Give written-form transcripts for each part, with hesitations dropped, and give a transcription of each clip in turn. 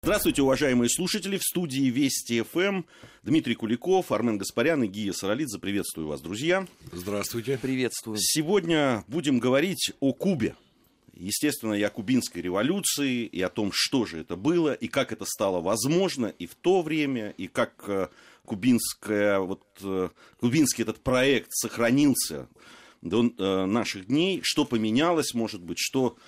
Здравствуйте, уважаемые слушатели. В студии Вести ФМ Дмитрий Куликов, Армен Гаспарян и Гия Саралидзе. Приветствую вас, друзья. Здравствуйте. Приветствую. Сегодня будем говорить о Кубе. Естественно, и о кубинской революции, и о том, что же это было, и как это стало возможно и в то время, и как кубинский этот проект сохранился до наших дней, что поменялось, может быть,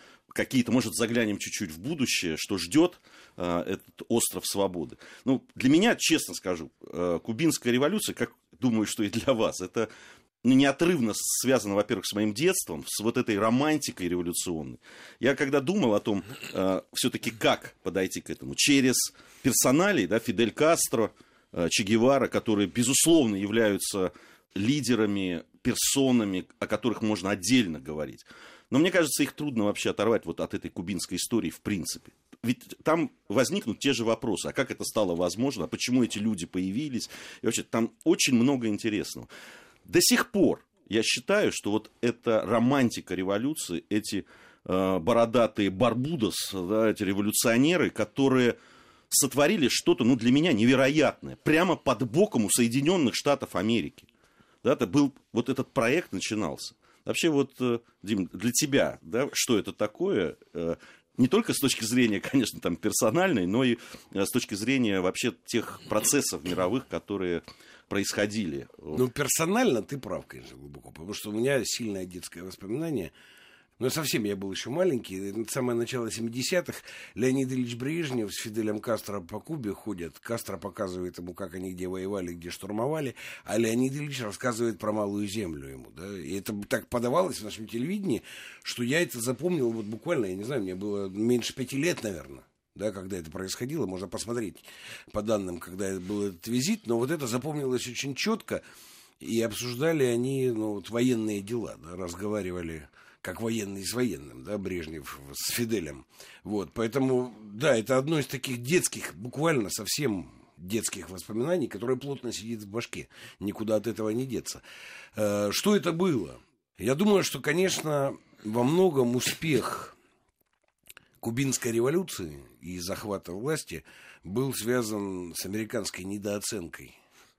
может, заглянем чуть-чуть в будущее, что ждет этот остров свободы. Для меня, честно скажу, кубинская революция, как думаю, что и для вас, это неотрывно связано, во-первых, с моим детством, с вот этой романтикой революционной. Я когда думал о том, все-таки как подойти к этому, через персоналей, Фидель Кастро, Че Гевара, которые, безусловно, являются лидерами, персонами, о которых можно отдельно говорить. Но мне кажется, их трудно вообще оторвать от этой кубинской истории в принципе. Ведь там возникнут те же вопросы. А как это стало возможно? А почему эти люди появились? И вообще, там очень много интересного. До сих пор я считаю, что эта романтика революции, эти бородатые барбудос, эти революционеры, которые сотворили что-то, для меня невероятное. Прямо под боком у Соединенных Штатов Америки. Это был, этот проект начинался. Вообще, Дим, для тебя, что это такое? Не только с точки зрения, конечно, персональной, но и с точки зрения вообще тех процессов мировых, которые происходили. Персонально ты прав, конечно, глубоко, потому что у меня сильное детское воспоминание. Но совсем я был еще маленький. Самое начало 70-х. Леонид Ильич Брежнев с Фиделем Кастро по Кубе ходят. Кастро показывает ему, как они где воевали, где штурмовали. А Леонид Ильич рассказывает про Малую Землю ему. И это так подавалось в нашем телевидении, что я это запомнил буквально, я не знаю, мне было меньше 5 лет, наверное. Когда это происходило. Можно посмотреть по данным, когда был этот визит. Но это запомнилось очень четко. И обсуждали они военные дела. Разговаривали как военный с военным, Брежнев с Фиделем. Поэтому, это одно из таких детских, буквально совсем детских воспоминаний, которое плотно сидит в башке. Никуда от этого не деться. Что это было? Я думаю, что, конечно, во многом успех кубинской революции и захвата власти был связан с американской недооценкой.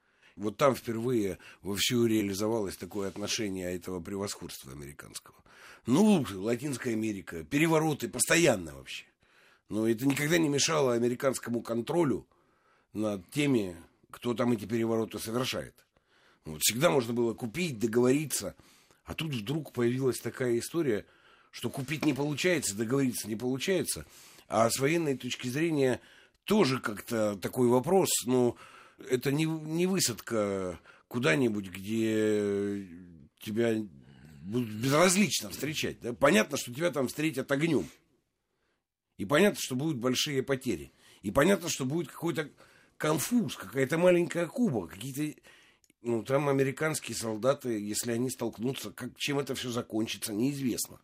Там впервые вовсю реализовалось такое отношение этого превосходства американского. Латинская Америка, перевороты постоянно вообще. Но это никогда не мешало американскому контролю над теми, кто там эти перевороты совершает. Всегда можно было купить, договориться. А тут вдруг появилась такая история, что купить не получается, договориться не получается. А с военной точки зрения тоже как-то такой вопрос, это не высадка куда-нибудь, где тебя будут безразлично встречать. Понятно, что тебя там встретят огнем. И понятно, что будут большие потери. И понятно, что будет какой-то конфуз, какая-то маленькая Куба, какие-то... там американские солдаты, если они столкнутся, чем это все закончится, неизвестно.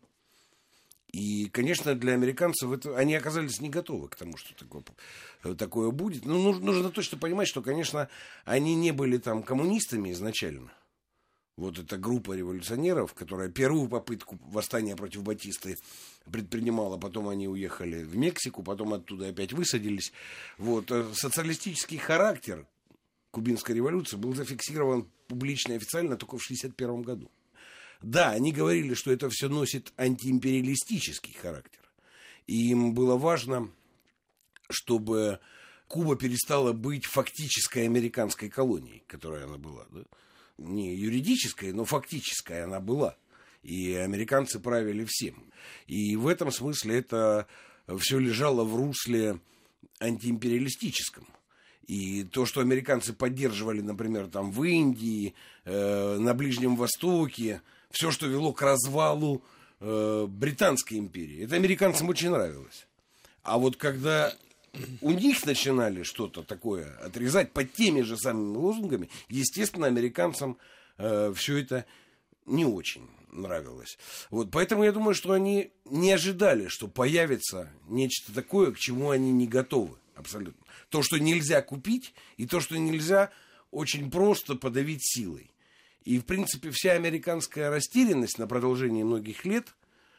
И, конечно, для американцев они оказались не готовы к тому, что такое будет. Нужно точно понимать, что, конечно, они не были коммунистами изначально. Эта группа революционеров, которая первую попытку восстания против Батисты предпринимала, потом они уехали в Мексику, потом оттуда опять высадились. Социалистический характер кубинской революции был зафиксирован публично и официально только в 1961 году. Да, они говорили, что это все носит антиимпериалистический характер. И им было важно, чтобы Куба перестала быть фактической американской колонией, которой она была. Не юридической, но фактической она была. И американцы правили всем. И в этом смысле это все лежало в русле антиимпериалистическом. И то, что американцы поддерживали, например, в Индии, на Ближнем Востоке, все, что вело к развалу Британской империи, это американцам очень нравилось. А когда у них начинали что-то такое отрезать под теми же самыми лозунгами, естественно, американцам все это не очень нравилось. Поэтому я думаю, что они не ожидали, что появится нечто такое, к чему они не готовы абсолютно. То, что нельзя купить, и то, что нельзя очень просто подавить силой. И, в принципе, вся американская растерянность на продолжении многих лет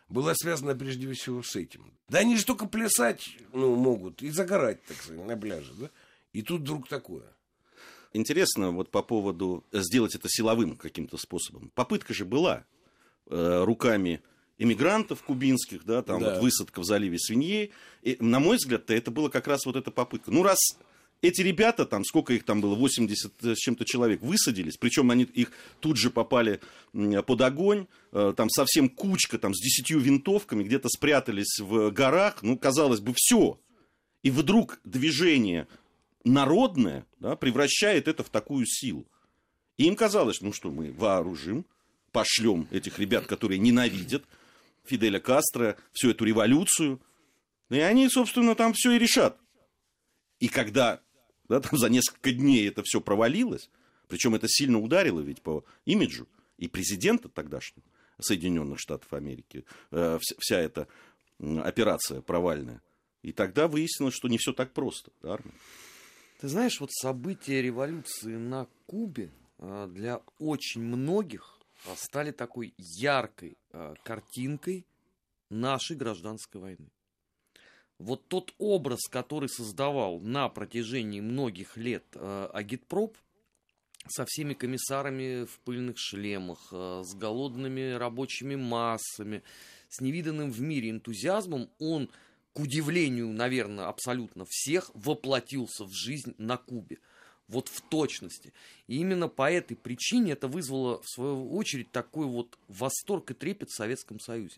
была связана прежде всего с этим. Да они же только плясать могут и загорать, так сказать, на пляже, да? И тут вдруг такое. Интересно вот по поводу сделать это силовым каким-то способом. Попытка же была руками эмигрантов кубинских, да, там Да. вот высадка в заливе Свиньей. И, на мой взгляд, это была как раз вот эта попытка. Ну, раз эти ребята, там, сколько их там было, 80 с чем-то человек, высадились, причем они их тут же попали под огонь, там совсем кучка там, с 10 винтовками, где-то спрятались в горах, ну, казалось бы, все. И вдруг движение народное, да, превращает это в такую силу. И им казалось, ну что, мы вооружим, пошлем этих ребят, которые ненавидят Фиделя Кастро, всю эту революцию, и они, собственно, там все и решат. И когда, да, там за несколько дней это все провалилось, причем это сильно ударило ведь по имиджу и президента тогдашнего Соединенных Штатов Америки, вся эта операция провальная. И тогда выяснилось, что не все так просто, да, Армен? Ты знаешь, вот события революции на Кубе для очень многих стали такой яркой картинкой нашей гражданской войны. Вот тот образ, который создавал на протяжении многих лет агитпроп, со всеми комиссарами в пыльных шлемах, с голодными рабочими массами, с невиданным в мире энтузиазмом, он, к удивлению, наверное, абсолютно всех, воплотился в жизнь на Кубе. Вот в точности. И именно по этой причине это вызвало, в свою очередь, такой вот восторг и трепет в Советском Союзе.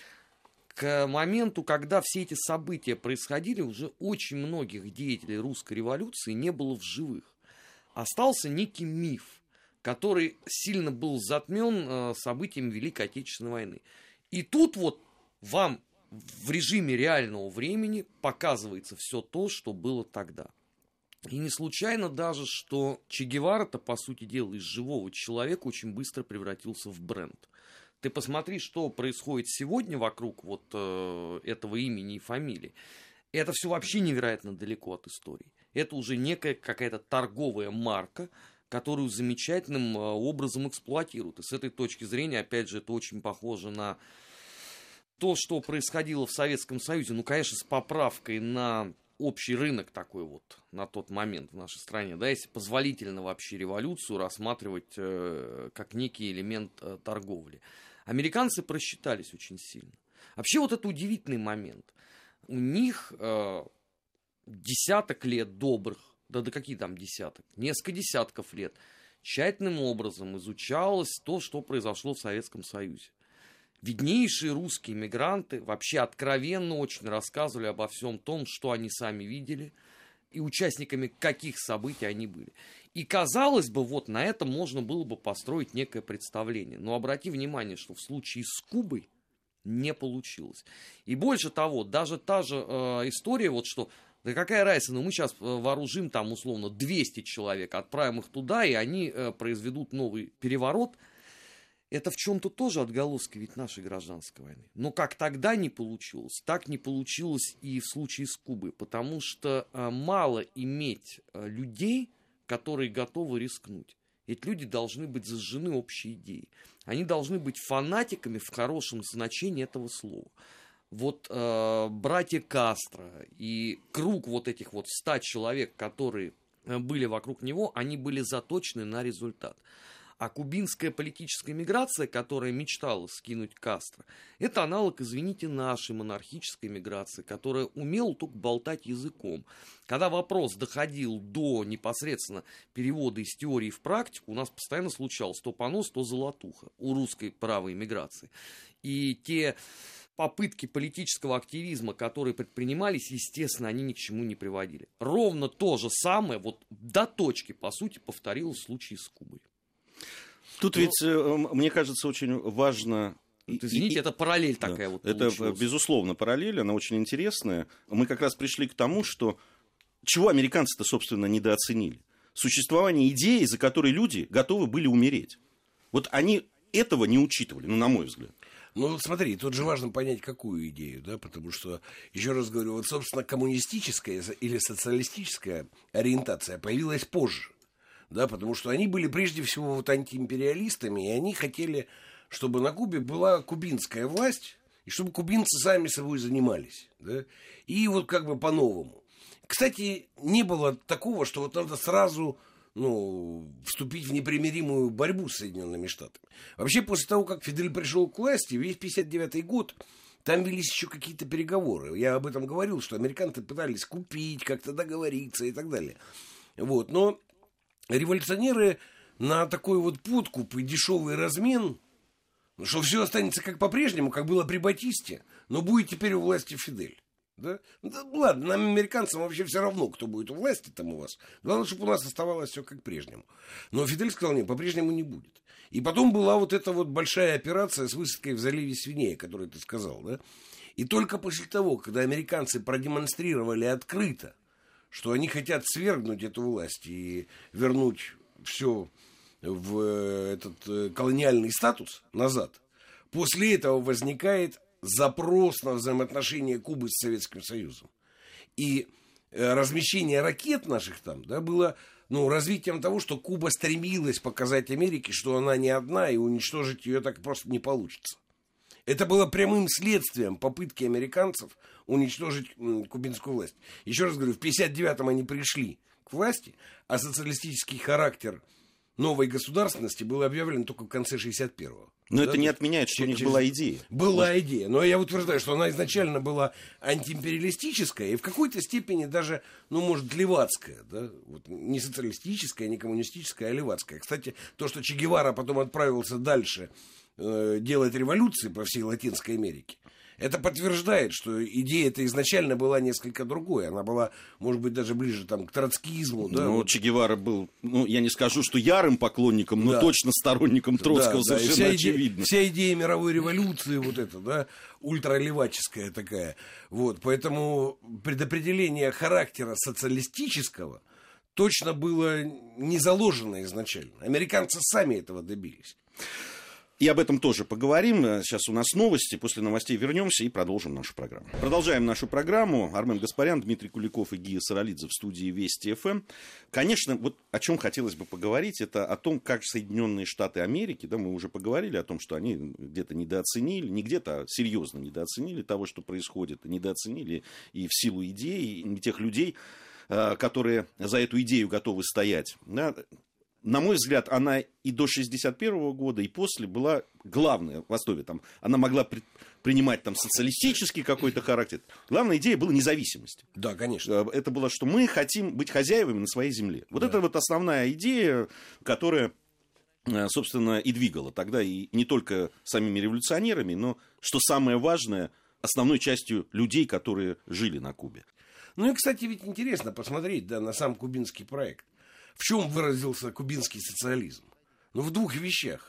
К моменту, когда все эти события происходили, уже очень многих деятелей русской революции не было в живых. Остался некий миф, который сильно был затмен событиями Великой Отечественной войны. И тут вот вам в режиме реального времени показывается все то, что было тогда. И не случайно даже, что Че Гевара-то, по сути дела, из живого человека очень быстро превратился в бренд. Ты посмотри, что происходит сегодня вокруг вот этого имени и фамилии. Это все вообще невероятно далеко от истории. Это уже некая какая-то торговая марка, которую замечательным образом эксплуатируют. И с этой точки зрения, опять же, это очень похоже на то, что происходило в Советском Союзе. Ну, конечно, с поправкой на общий рынок такой вот на тот момент в нашей стране, да, если позволительно вообще революцию рассматривать как некий элемент торговли. Американцы просчитались очень сильно. Вообще вот это удивительный момент. У них десяток лет добрых, да какие там десяток, несколько десятков лет, тщательным образом изучалось то, что произошло в Советском Союзе. Виднейшие русские мигранты вообще откровенно очень рассказывали обо всем том, что они сами видели, и участниками каких событий они были. И казалось бы, вот на этом можно было бы построить некое представление. Но обрати внимание, что в случае с Кубой не получилось. И больше того, даже та же история, вот что, да какая разница, ну мы сейчас вооружим там условно 200 человек, отправим их туда, и они произведут новый переворот. Это в чем-то тоже отголоски ведь нашей гражданской войны. Но как тогда не получилось, так не получилось и в случае с Кубой. Потому что мало иметь людей, которые готовы рискнуть. Эти люди должны быть зажжены общей идеей. Они должны быть фанатиками в хорошем значении этого слова. Вот братья Кастро и круг вот этих вот 100 человек, которые были вокруг него, они были заточены на результат. А кубинская политическая миграция, которая мечтала скинуть Кастро, это аналог, извините, нашей монархической миграции, которая умела только болтать языком. Когда вопрос доходил до непосредственно перевода из теории в практику, у нас постоянно случалось то понос, то золотуха у русской правой миграции. И те попытки политического активизма, которые предпринимались, естественно, они ни к чему не приводили. Ровно то же самое, вот до точки, по сути, повторилось в случае с Кубой. Тут ведь, мне кажется, очень важно... Извините, это параллель такая вот получилась. Это, безусловно, параллель, она очень интересная. Мы как раз пришли к тому, что... Чего американцы-то, собственно, недооценили? Существование идеи, за которой люди готовы были умереть. Вот они этого не учитывали, ну, на мой взгляд. Ну, смотри, тут же важно понять, какую идею, да, потому что, еще раз говорю, вот, собственно, коммунистическая или социалистическая ориентация появилась позже. Да, потому что они были прежде всего вот антиимпериалистами, и они хотели, чтобы на Кубе была кубинская власть, и чтобы кубинцы сами собой занимались. Да? И вот как бы по-новому. Кстати, не было такого, что вот надо сразу вступить в непримиримую борьбу с Соединенными Штатами. Вообще, после того, как Фидель пришел к власти, весь 59-й год, там велись еще какие-то переговоры. Я об этом говорил, что американцы пытались купить, как-то договориться и так далее. Вот. Но революционеры на такой вот подкуп и дешевый размен, что все останется как по-прежнему, как было при Батисте, но будет теперь у власти Фидель. Да? Да, ладно, нам, американцам, вообще все равно, кто будет у власти там у вас. Главное, чтобы у нас оставалось все как прежнему. Но Фидель сказал, нет, по-прежнему не будет. И потом была вот эта вот большая операция с высадкой в заливе Свиней, о которой ты сказал. Да? И только после того, когда американцы продемонстрировали открыто, что они хотят свергнуть эту власть и вернуть все в этот колониальный статус назад, после этого возникает запрос на взаимоотношения Кубы с Советским Союзом. И размещение ракет наших там, да, было развитием того, что Куба стремилась показать Америке, что она не одна, и уничтожить ее так просто не получится. Это было прямым следствием попытки американцев уничтожить кубинскую власть. Еще раз говорю, в 1959-м они пришли к власти, а социалистический характер новой государственности был объявлен только в конце 1961-го. Но это не отменяет, что у них была идея. Была идея, но я утверждаю, что она изначально была антиимпериалистическая и в какой-то степени даже, может, левацкая. Да? Вот, не социалистическая, не коммунистическая, а левацкая. Кстати, то, что Че Гевара потом отправился дальше делать революции по всей Латинской Америке, это подтверждает, что идея-то изначально была несколько другой. Она была, может быть, даже ближе к троцкизму. Да? Че Гевара был, я не скажу, что ярым поклонником, но точно сторонником Троцкого, совершенно очевидно. Вся идея мировой революции, вот эта, да, ультралеваческая такая. Вот, поэтому предопределение характера социалистического точно было не заложено изначально. Американцы сами этого добились. И об этом тоже поговорим. Сейчас у нас новости. После новостей вернемся и продолжим нашу программу. Продолжаем нашу программу. Армен Гаспарян, Дмитрий Куликов и Гия Саралидзе в студии Вести ФМ. Конечно, вот о чем хотелось бы поговорить, это о том, как Соединенные Штаты Америки, да, мы уже поговорили о том, что они где-то недооценили, не где-то, а серьезно недооценили того, что происходит, недооценили и в силу идей, и тех людей, которые за эту идею готовы стоять. Да. На мой взгляд, она и до 1961 года, и после была главная в основе. Там, она могла принимать там, социалистический какой-то характер. Главная идея была независимость. Да, конечно. Это было, что мы хотим быть хозяевами на своей земле. Вот это вот основная идея, которая, собственно, и двигала тогда и не только самими революционерами, но, что самое важное, основной частью людей, которые жили на Кубе. Ну и, кстати, ведь интересно посмотреть на сам кубинский проект. В чем выразился кубинский социализм? В двух вещах,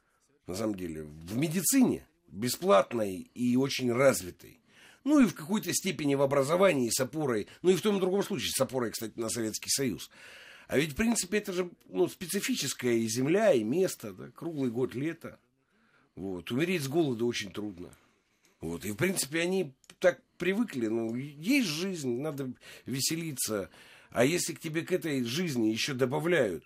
на самом деле. В медицине, бесплатной и очень развитой. И в какой-то степени в образовании с опорой, и в том и другом случае с опорой, кстати, на Советский Союз. А ведь, в принципе, это же специфическая и земля, и место, да, круглый год лето. Вот. Умереть с голода очень трудно. Вот. И, в принципе, они так привыкли. Есть жизнь, надо веселиться. А если к тебе к этой жизни еще добавляют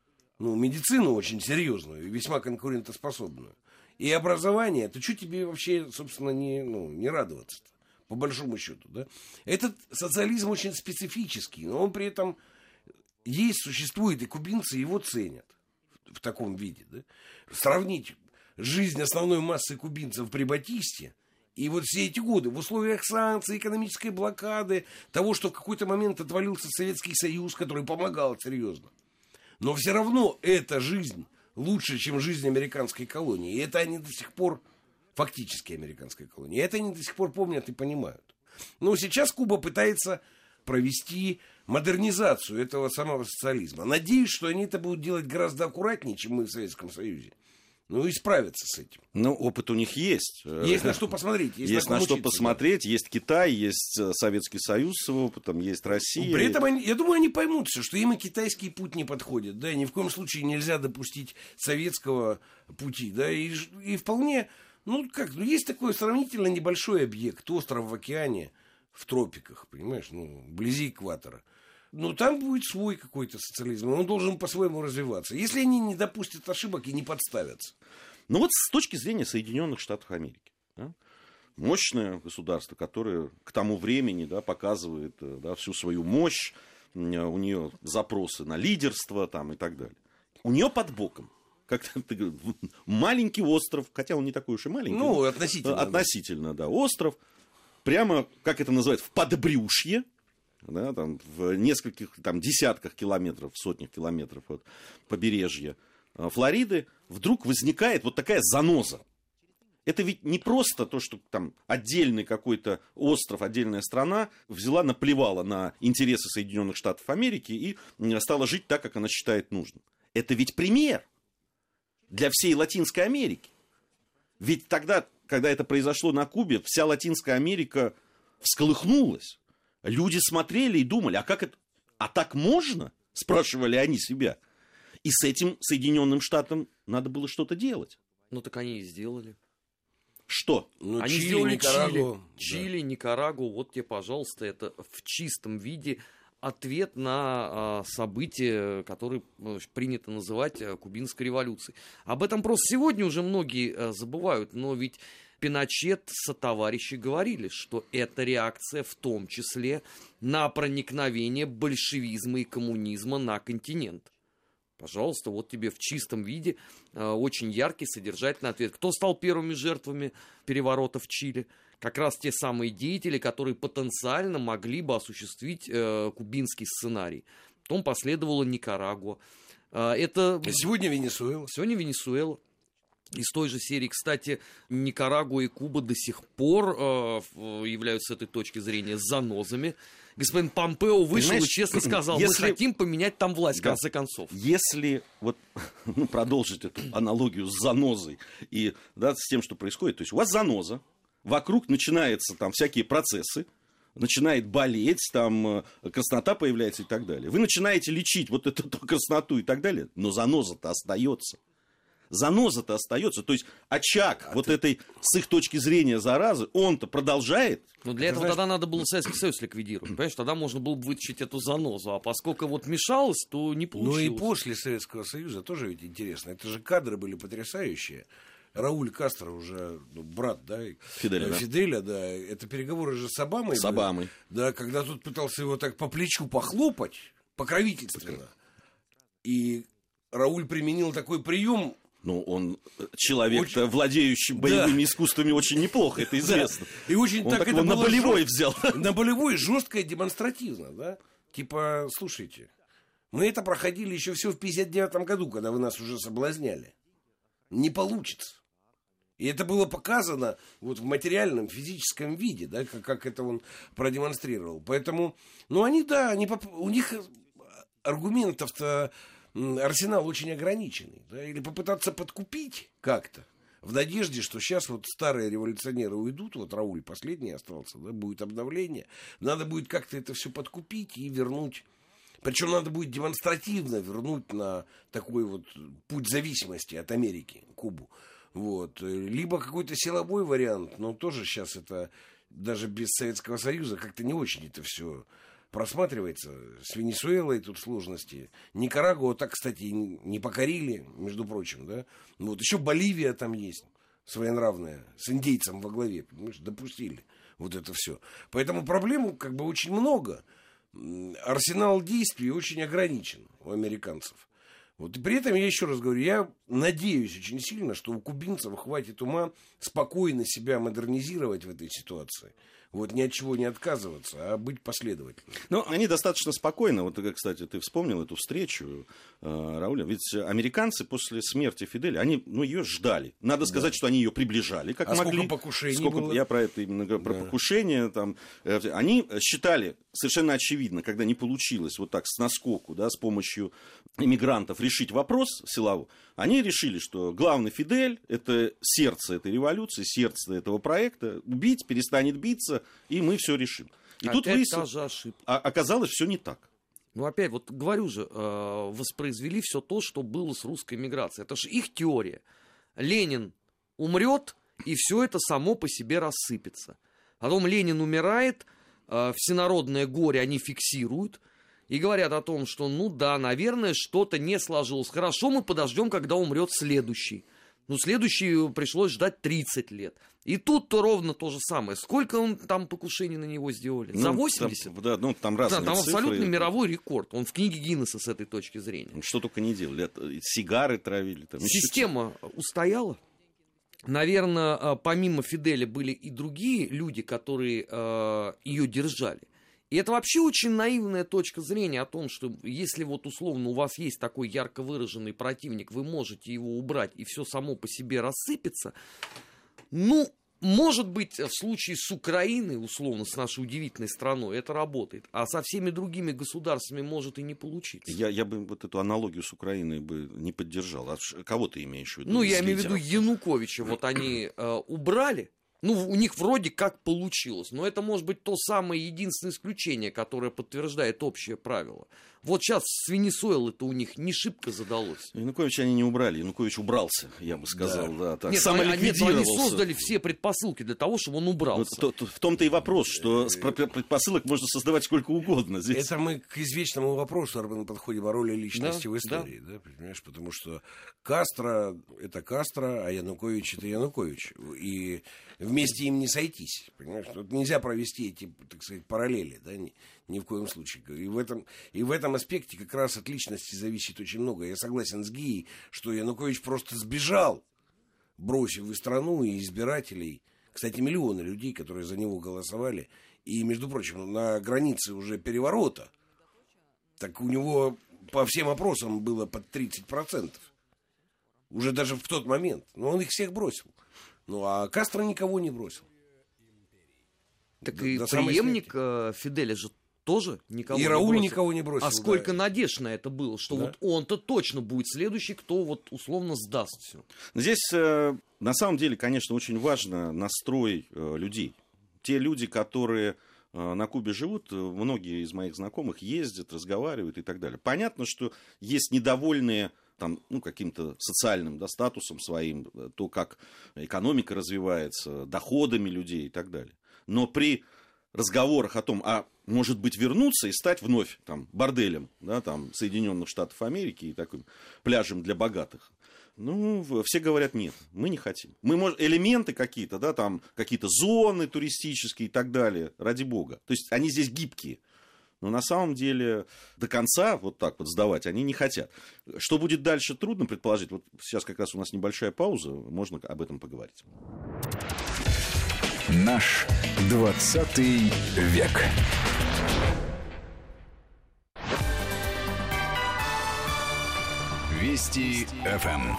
медицину очень серьезную и весьма конкурентоспособную, и образование, то что тебе вообще, собственно, не радоваться-то, по большому счету, да? Этот социализм очень специфический, но он при этом существует, и кубинцы его ценят в таком виде, да? Сравнить жизнь основной массы кубинцев при Батисте и вот все эти годы, в условиях санкций, экономической блокады, того, что в какой-то момент отвалился Советский Союз, который помогал серьезно. Но все равно эта жизнь лучше, чем жизнь американской колонии. И это они до сих пор, фактически американской колонии, это они до сих пор помнят и понимают. Но сейчас Куба пытается провести модернизацию этого самого социализма. Надеюсь, что они это будут делать гораздо аккуратнее, чем мы в Советском Союзе. И справиться с этим. Опыт у них есть. Есть на что посмотреть. Есть на что посмотреть. Есть Китай, есть Советский Союз с его опытом, есть Россия. При этом, я думаю, они поймут все, что им и китайский путь не подходит. Да, и ни в коем случае нельзя допустить советского пути. Да, и вполне, есть такой сравнительно небольшой объект, остров в океане, в тропиках, понимаешь, вблизи экватора. Там будет свой какой-то социализм, он должен по-своему развиваться. Если они не допустят ошибок и не подставятся. С точки зрения Соединенных Штатов Америки, да, мощное государство, которое к тому времени, да, показывает, да, всю свою мощь, у нее запросы на лидерство там, и так далее. У нее под боком, как ты говоришь, маленький остров, хотя он не такой уж и маленький. Ну, относительно. Относительно, да, остров, прямо, как это называют, в подбрюшье, да, там, в нескольких, там, десятках километров, сотнях километров от побережья Флориды, вдруг возникает вот такая заноза. Это ведь не просто то, что там отдельный какой-то остров, отдельная страна взяла, наплевала на интересы Соединенных Штатов Америки и стала жить так, как она считает нужным. Это ведь пример для всей Латинской Америки. Ведь тогда, когда это произошло на Кубе, вся Латинская Америка всколыхнулась. Люди смотрели и думали, а как это? А так можно? Спрашивали они себя. И с этим Соединенным Штатам надо было что-то делать. Ну так они и сделали. Что? Ну, Они Чили, сделали Никарагуа. Чили, Никарагуа, вот тебе, пожалуйста, это в чистом виде ответ на события, которые принято называть Кубинской революцией. Об этом просто сегодня уже многие забывают, но ведь Пиночет сотоварищи говорили, что это реакция в том числе на проникновение большевизма и коммунизма на континент. Пожалуйста, вот тебе в чистом виде очень яркий, содержательный ответ. Кто стал первыми жертвами переворота в Чили? Как раз те самые деятели, которые потенциально могли бы осуществить кубинский сценарий. Потом последовала Никарагуа. Сегодня Венесуэла. Сегодня Венесуэла. Из той же серии, кстати, Никарагуа и Куба до сих пор являются с этой точки зрения занозами. Господин Помпео вышел и честно сказал, мы хотим поменять там власть, в конце концов. Если вот, продолжить эту аналогию с занозой и, да, с тем, что происходит, то есть у вас заноза, вокруг начинаются там всякие процессы, начинает болеть, там краснота появляется и так далее. Вы начинаете лечить вот эту красноту и так далее, но заноза-то остается. Заноза-то остается, то есть очаг вот этой, с их точки зрения, заразы, он-то продолжает. Но для этого тогда надо было Советский Союз ликвидировать, понимаешь, тогда можно было бы вытащить эту занозу, а поскольку вот мешалось, то не получилось. Ну и после Советского Союза тоже ведь интересно, это же кадры были потрясающие. Рауль Кастро уже, брат, да, Фиделя, да, это переговоры же с Обамой. С Обамой. Да, когда тут пытался его так по плечу похлопать, покровительственно, и Рауль применил такой прием. Ну, он человек-то, владеющий боевыми искусствами, очень неплохо, это известно. Да. И очень он так это на болевой взял. На болевой, жестко и демонстративно, да. Типа, слушайте, мы это проходили еще все в 59-м году, когда вы нас уже соблазняли. Не получится. И это было показано вот в материальном, физическом виде, да, как это он продемонстрировал. Поэтому, ну, они, да, у них аргументов-то арсенал очень ограниченный. Да, или попытаться подкупить как-то, в надежде, что сейчас вот старые революционеры уйдут, вот Рауль последний остался, да, будет обновление, надо будет как-то это все подкупить и вернуть. Причем надо будет демонстративно вернуть на такой вот путь зависимости от Америки, Кубу. Вот. Либо какой-то силовой вариант, но тоже сейчас это даже без Советского Союза как-то не очень это все просматривается. С Венесуэлой тут сложности. Никарагуа так, кстати, не покорили, между прочим, да. Вот. Еще Боливия там есть, своенравная, с индейцем во главе, понимаешь, допустили вот это все. Поэтому проблем как бы очень много. Арсенал действий очень ограничен у американцев. Вот. И при этом, я еще раз говорю, я надеюсь очень сильно, что у кубинцев хватит ума спокойно себя модернизировать в этой ситуации. Вот ни от чего не отказываться, а быть последовательным. Ну, они достаточно спокойно. Вот, кстати, ты вспомнил эту встречу, Рауля. Ведь американцы после смерти Фиделя, они, ее ждали. Надо сказать, что они ее приближали, как могли. Сколько покушений было? Я про это именно говорю, про покушения. Там, они считали, совершенно очевидно, когда не получилось вот так с наскоку, да, с помощью иммигрантов решить вопрос силовой, они решили, что главный Фидель – это сердце этой революции, сердце этого проекта. Убить, перестанет биться, и мы все решим. И опять тут та же ошибка. Оказалось, все не так. Ну, опять, вот говорю же, воспроизвели все то, что было с русской миграцией. Это же их теория. Ленин умрет, и все это само по себе рассыпется. Потом Ленин умирает, всенародное горе они фиксируют и говорят о том, что, ну да, наверное, что-то не сложилось. Хорошо, мы подождем, когда умрет следующий. Ну, следующий пришлось ждать 30 лет. И тут-то ровно то же самое. Сколько он там покушений на него сделали? За 80? Там разные там цифры. абсолютно мировой рекорд. Он в книге Гиннесса с этой точки зрения. Что только не делали. Сигары травили. Система устояла. Наверное, помимо Фиделя были и другие люди, которые ее держали. И это вообще очень наивная точка зрения о том, что если вот условно у вас есть такой ярко выраженный противник, вы можете его убрать, и все само по себе рассыпется. Ну, может быть, в случае с Украиной, условно, с нашей удивительной страной, это работает. А со всеми другими государствами может и не получиться. Я бы вот эту аналогию с Украиной бы не поддержал. А кого ты имеешь в виду? Ну, я имею в виду Януковича. Вот они убрали. Ну, у них вроде как получилось, но это может быть то самое единственное исключение, которое подтверждает общее правило. Вот сейчас с Венесуэлой-то у них не шибко задалось. Януковича они не убрали, Янукович убрался, я бы сказал. Да. Так, нет, они создали все предпосылки для того, чтобы он убрался. В том-то и вопрос, что предпосылок можно создавать сколько угодно. Здесь... Это мы к извечному вопросу, Армен, подходим о роли личности в истории. Да, понимаешь? Потому что Кастро — это Кастро, а Янукович — это Янукович. И вместе им не сойтись. Понимаешь? Тут нельзя провести эти, так сказать, параллели, да, ни в коем случае. И в этом аспекте как раз от личности зависит очень много. Я согласен с Гией, что Янукович просто сбежал, бросив и страну, и избирателей. Кстати, миллионы людей, которые за него голосовали. И, между прочим, на границе уже переворота, так у него по всем опросам было под 30%. Уже даже в тот момент. Но он их всех бросил. Ну, а Кастро никого не бросил. Так и преемник Фиделя же тоже никого не бросил. И Рауль никого не бросил. А сколько надежд на это было, что вот он-то точно будет следующий, кто вот условно сдаст все. Здесь на самом деле, конечно, очень важно настрой людей. Те люди, которые на Кубе живут, многие из моих знакомых ездят, разговаривают и так далее. Понятно, что есть недовольные там, каким-то социальным статусом своим, то, как экономика развивается, доходами людей и так далее. Но при разговорах о том, может быть, вернуться и стать вновь борделем Соединенных Штатов Америки и таким пляжем для богатых, все говорят, нет, мы не хотим. Элементы какие-то, какие-то зоны туристические и так далее, ради бога. То есть они здесь гибкие. Но на самом деле до конца вот так вот сдавать они не хотят. Что будет дальше, трудно предположить. Вот сейчас как раз у нас небольшая пауза, можно об этом поговорить. Наш 20 век. Вести ФМ.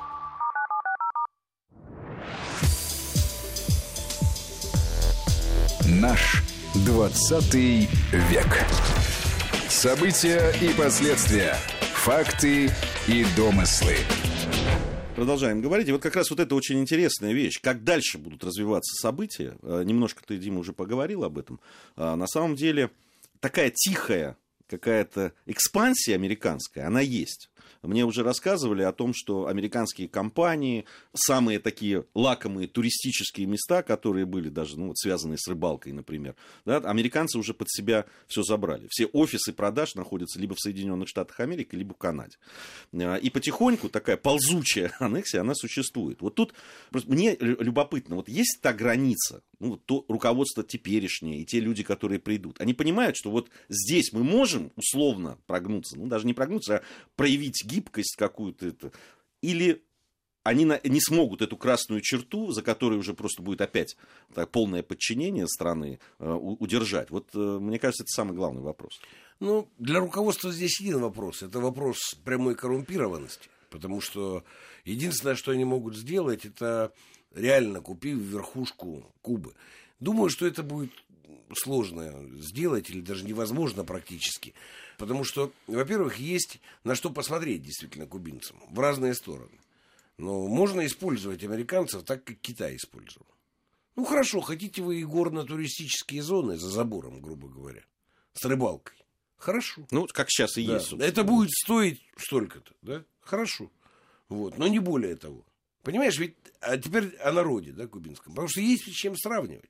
Наш 20 век. События и последствия. Факты и домыслы. Продолжаем говорить. И вот как раз вот это очень интересная вещь. Как дальше будут развиваться события. Немножко ты, Дима, уже поговорил об этом. На самом деле такая тихая какая-то экспансия американская, она есть. Мне уже рассказывали о том, что американские компании, самые такие лакомые туристические места, которые были даже связанные с рыбалкой, например, американцы уже под себя все забрали. Все офисы продаж находятся либо в Соединенных Штатах Америки, либо в Канаде. И потихоньку такая ползучая аннексия, она существует. Вот тут мне любопытно, вот есть та граница, то руководство теперешнее и те люди, которые придут, они понимают, что вот здесь мы можем условно прогнуться, даже не прогнуться, а проявить гибкость какую-то, или они не смогут эту красную черту, за которой уже просто будет опять полное подчинение страны, удержать. Вот мне кажется, это самый главный вопрос. Для руководства здесь один вопрос. Это вопрос прямой коррумпированности. Потому что единственное, что они могут сделать, это реально купив верхушку Кубы. Думаю, что это будет сложно сделать или даже невозможно практически. Потому что, во-первых, есть на что посмотреть действительно кубинцам в разные стороны. Но можно использовать американцев так, как Китай использовал. Хорошо, хотите вы и горно-туристические зоны за забором, грубо говоря, с рыбалкой. Хорошо. Как сейчас и есть. Собственно. Это будет стоить столько-то, да? Хорошо. Но не более того. Понимаешь, ведь теперь о народе, кубинском. Потому что есть с чем сравнивать.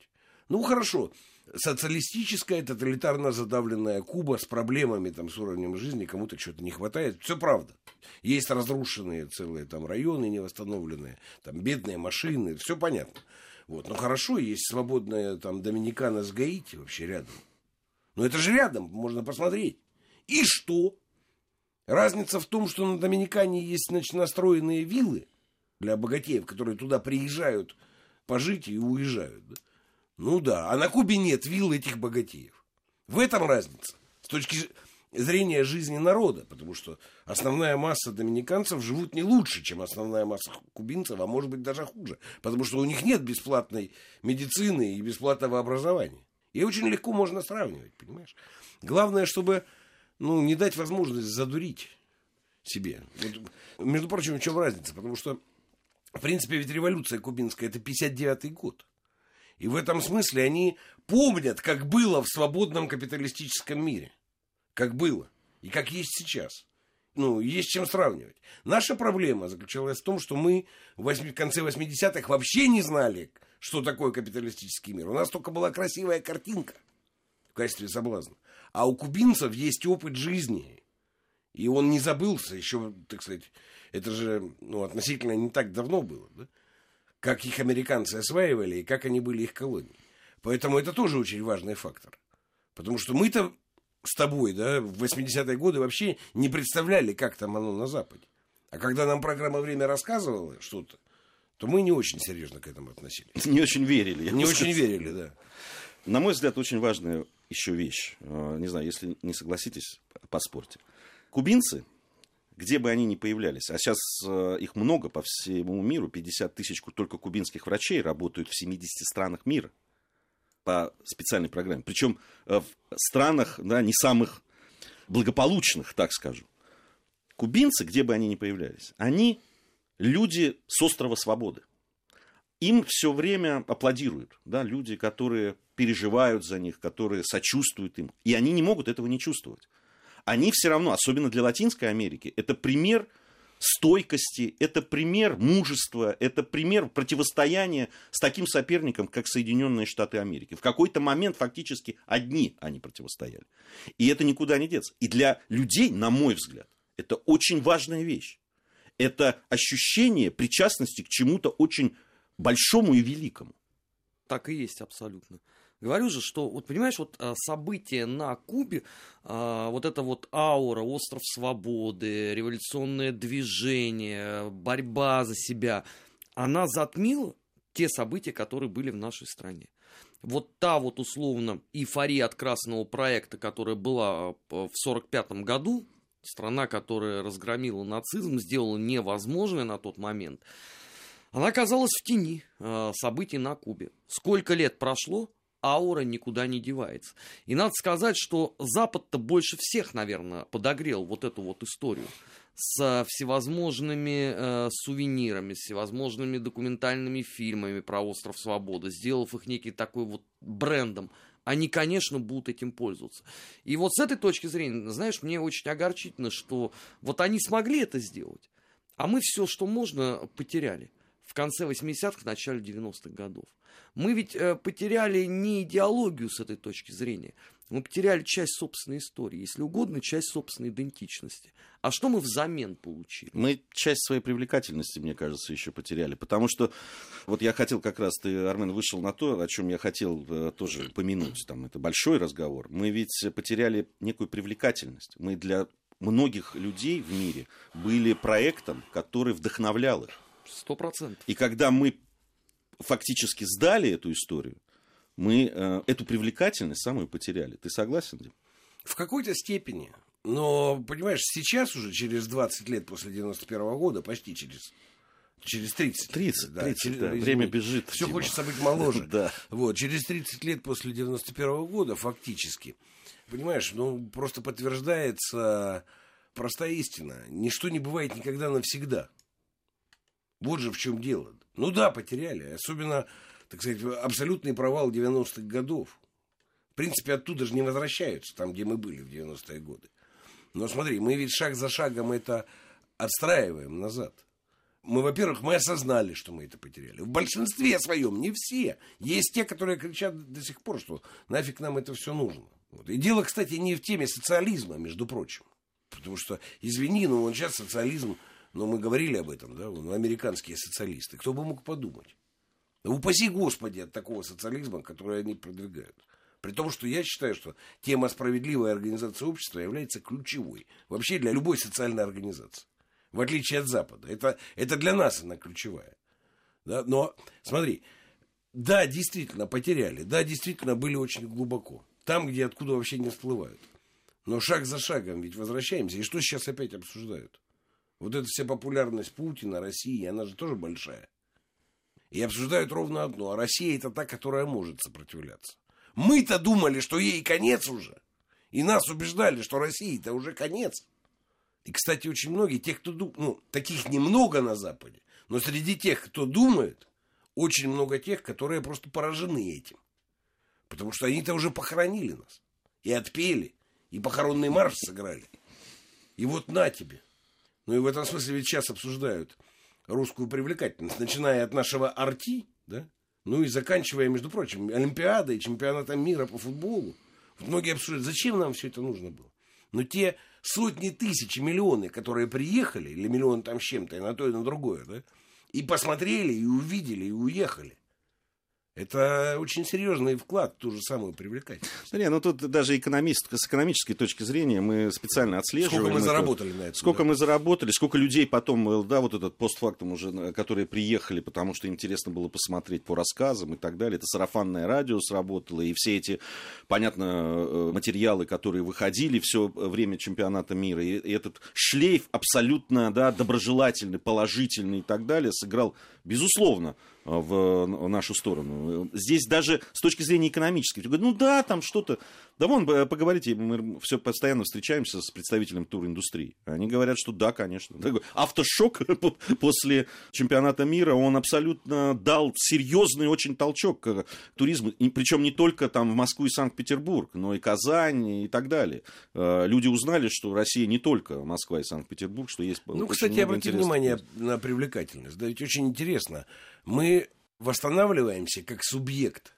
Ну, хорошо. Социалистическая, тоталитарно задавленная Куба с проблемами, там, с уровнем жизни, кому-то что-то не хватает. Все правда. Есть разрушенные целые там районы невосстановленные, там бедные машины, все понятно. Вот. Но хорошо, есть свободная там Доминикана с Гаити вообще рядом. Но это же рядом, можно посмотреть. И что? Разница в том, что на Доминикане есть, значит, настроенные виллы для богатеев, которые туда приезжают пожить и уезжают. Да? Ну да, а на Кубе нет вилл этих богатеев. В этом разница. С точки зрения жизни народа. Потому что основная масса доминиканцев живут не лучше, чем основная масса кубинцев, а может быть даже хуже. Потому что у них нет бесплатной медицины и бесплатного образования. И очень легко можно сравнивать, понимаешь? Главное, чтобы не дать возможность задурить себе. Вот, между прочим, в чем разница? Потому что, в принципе, ведь революция кубинская – это 59-й год. И в этом смысле они помнят, как было в свободном капиталистическом мире. Как было. И как есть сейчас. Есть чем сравнивать. Наша проблема заключалась в том, что мы в конце 80-х вообще не знали, что такое капиталистический мир. У нас только была красивая картинка в качестве соблазна. А у кубинцев есть опыт жизни. И он не забылся еще, так сказать, это же относительно не так давно было, да? Как их американцы осваивали и как они были их колонией. Поэтому это тоже очень важный фактор. Потому что мы-то с тобой, да, в 80-е годы вообще не представляли, как там оно на Западе. А когда нам программа «Время» рассказывала что-то, то мы не очень серьезно к этому относились. Не очень верили. Не очень верили, да. На мой взгляд, очень важная еще вещь. Не знаю, если не согласитесь, поспорьте. Кубинцы, где бы они ни появлялись, а сейчас их много по всему миру, 50 тысяч только кубинских врачей работают в 70 странах мира по специальной программе. Причем в странах, да, не самых благополучных, так скажу. Кубинцы, где бы они ни появлялись, они люди с острова Свободы. Им все время аплодируют, да, люди, которые переживают за них, которые сочувствуют им. И они не могут этого не чувствовать. Они все равно, особенно для Латинской Америки, это пример стойкости, это пример мужества, это пример противостояния с таким соперником, как Соединенные Штаты Америки. В какой-то момент фактически одни они противостояли. И это никуда не деться. И для людей, на мой взгляд, это очень важная вещь. Это ощущение причастности к чему-то очень большому и великому. Так и есть абсолютно. Говорю же, что, вот понимаешь, вот события на Кубе, вот эта вот аура, остров свободы, революционное движение, борьба за себя, она затмила те события, которые были в нашей стране. Вот та вот условно эйфория от красного проекта, которая была в 1945 году, страна, которая разгромила нацизм, сделала невозможное на тот момент, она оказалась в тени событий на Кубе. Сколько лет прошло, аура никуда не девается. И надо сказать, что Запад-то больше всех, наверное, подогрел вот эту вот историю с всевозможными сувенирами, с всевозможными документальными фильмами про остров Свободы, сделав их некий такой вот брендом. Они, конечно, будут этим пользоваться. И вот с этой точки зрения, знаешь, мне очень огорчительно, что вот они смогли это сделать, а мы все, что можно, потеряли в конце 80-х, начале 90-х годов. Мы ведь потеряли не идеологию с этой точки зрения, мы потеряли часть собственной истории, если угодно, часть собственной идентичности. А что мы взамен получили? Мы часть своей привлекательности, мне кажется, еще потеряли. Потому что, вот я хотел как раз, ты, Армен, вышел на то, о чем я хотел тоже упомянуть. Там, это большой разговор. Мы ведь потеряли некую привлекательность. Мы для многих людей в мире были проектом, который вдохновлял их. 100%. И когда мы фактически сдали эту историю, мы эту привлекательность самую потеряли. Ты согласен, Дим? В какой-то степени. Но, понимаешь, сейчас уже, через 20 лет после 91-го года, почти через 30. 30, да. Время бежит. Все Дима. хочется быть моложе. Да. Вот, через 30 лет после 91-го года, фактически, понимаешь, просто подтверждается простая истина. Ничто не бывает никогда навсегда. Вот же в чем дело. Ну да, потеряли. Особенно, так сказать, абсолютный провал 90-х годов. В принципе, оттуда же не возвращаются, там, где мы были в 90-е годы. Но смотри, мы ведь шаг за шагом это отстраиваем назад. во-первых, мы осознали, что мы это потеряли. В большинстве своем, не все. Есть те, которые кричат до сих пор, что нафиг нам это все нужно. Вот. И дело, кстати, не в теме социализма, между прочим. Потому что, извини, но сейчас социализм, но мы говорили об этом, да, американские социалисты. Кто бы мог подумать? Упаси Господи от такого социализма, который они продвигают. При том, что я считаю, что тема справедливой организации общества является ключевой вообще для любой социальной организации. В отличие от Запада. Это для нас она ключевая. Да? Но, смотри, да, действительно потеряли. Да, действительно были очень глубоко. Там, где откуда вообще не всплывают. Но шаг за шагом ведь возвращаемся. И что сейчас опять обсуждают? Вот эта вся популярность Путина, России, она же тоже большая. И обсуждают ровно одно. А Россия это та, которая может сопротивляться. Мы-то думали, что ей конец уже. И нас убеждали, что России-то уже конец. И, кстати, очень многие, те, кто думает, таких немного на Западе, но среди тех, кто думает, очень много тех, которые просто поражены этим. Потому что они-то уже похоронили нас. И отпели, и похоронный марш сыграли. И вот на тебе. Ну и в этом смысле ведь сейчас обсуждают русскую привлекательность, начиная от нашего арти, да, ну и заканчивая, между прочим, Олимпиадой, чемпионатом мира по футболу. Вот многие обсуждают, зачем нам все это нужно было. Но те сотни тысяч, миллионы, которые приехали, или миллион там с чем-то, и на то, и на другое, да, и посмотрели, и увидели, и уехали. Это очень серьезный вклад в ту же самую привлекательность. Да тут даже с экономической точки зрения мы специально отслеживаем. Сколько мы заработали на это. Сколько мы заработали, сколько людей потом, да, вот этот постфактум уже, которые приехали, потому что интересно было посмотреть по рассказам и так далее. Это сарафанное радио сработало, и все эти, понятно, материалы, которые выходили все время чемпионата мира, и этот шлейф абсолютно, да, доброжелательный, положительный и так далее сыграл, безусловно, в нашу сторону. Здесь даже с точки зрения экономической. Говорят, да, там что-то. Да вон, поговорите, мы все постоянно встречаемся с представителем туриндустрии. Они говорят, что да, конечно. Автошок после чемпионата мира, он абсолютно дал серьезный очень толчок к туризму. И причем не только там в Москву и Санкт-Петербург, но и Казань и так далее. Люди узнали, что Россия не только Москва и Санкт-Петербург, что есть... кстати, обрати внимание на привлекательность. Да ведь очень интересно. Мы восстанавливаемся как субъект.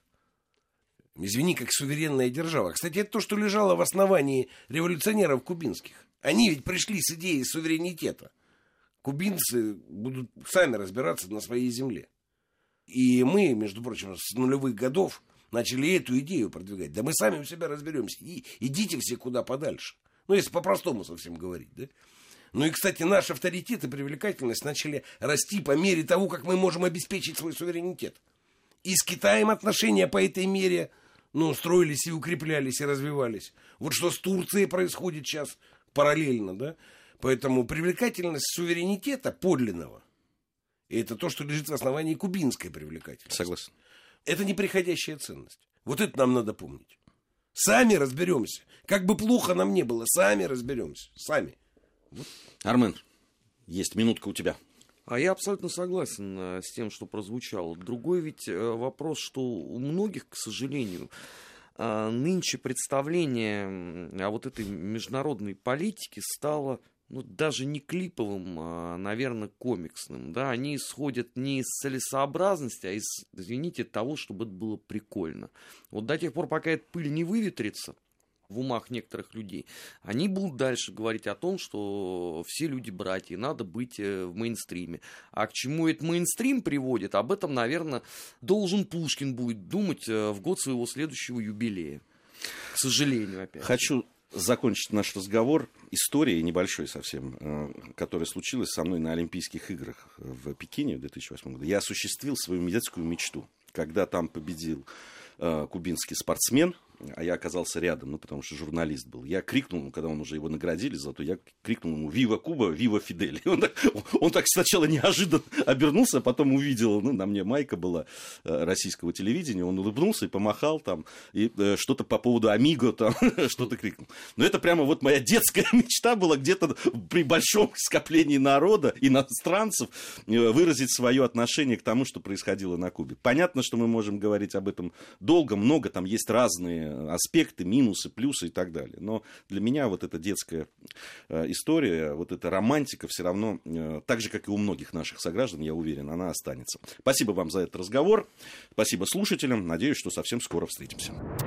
Извини, как суверенная держава. Кстати, это то, что лежало в основании революционеров кубинских. Они ведь пришли с идеей суверенитета. Кубинцы будут сами разбираться на своей земле. И мы, между прочим, с нулевых годов начали эту идею продвигать. Да мы сами у себя разберемся. Идите все куда подальше. Если по-простому совсем говорить, да? Ну и, кстати, наш авторитет и привлекательность начали расти по мере того, как мы можем обеспечить свой суверенитет. И с Китаем отношения по этой мере, строились и укреплялись, и развивались. Вот что с Турцией происходит сейчас параллельно, да? Поэтому привлекательность суверенитета подлинного, и это то, что лежит в основании кубинской привлекательности. Согласен. Это неприходящая ценность. Вот это нам надо помнить. Сами разберемся. Как бы плохо нам не было, сами разберемся. Сами. Вот. Армен, есть минутка у тебя. А я абсолютно согласен с тем, что прозвучало. Другой ведь вопрос, что у многих, к сожалению, нынче представление о вот этой международной политике стало даже не клиповым, а, наверное, комиксным. Да? Они исходят не из целесообразности, а из, извините, того, чтобы это было прикольно. Вот до тех пор, пока эта пыль не выветрится в умах некоторых людей, они будут дальше говорить о том, что все люди братья, надо быть в мейнстриме. А к чему этот мейнстрим приводит, об этом, наверное, должен Пушкин будет думать в год своего следующего юбилея. К сожалению, опять. Хочу закончить наш разговор историей небольшой совсем, которая случилась со мной на Олимпийских играх в Пекине в 2008 году. Я осуществил свою детскую мечту, когда там победил кубинский спортсмен, а я оказался рядом, потому что журналист был. Я крикнул, когда он уже его наградили за то, я крикнул ему «Вива Куба, вива Фидель». Он так сначала неожиданно обернулся, а потом увидел, на мне майка была российского телевидения, он улыбнулся и помахал там, и что-то по поводу «Амиго» там, что-то крикнул. Но это прямо вот моя детская мечта была где-то при большом скоплении народа, иностранцев, выразить свое отношение к тому, что происходило на Кубе. Понятно, что мы можем говорить об этом долго, много, там есть разные разные аспекты, минусы, плюсы и так далее. Но для меня вот эта детская история, вот эта романтика все равно, так же, как и у многих наших сограждан, я уверен, она останется. Спасибо вам за этот разговор. Спасибо слушателям. Надеюсь, что совсем скоро встретимся.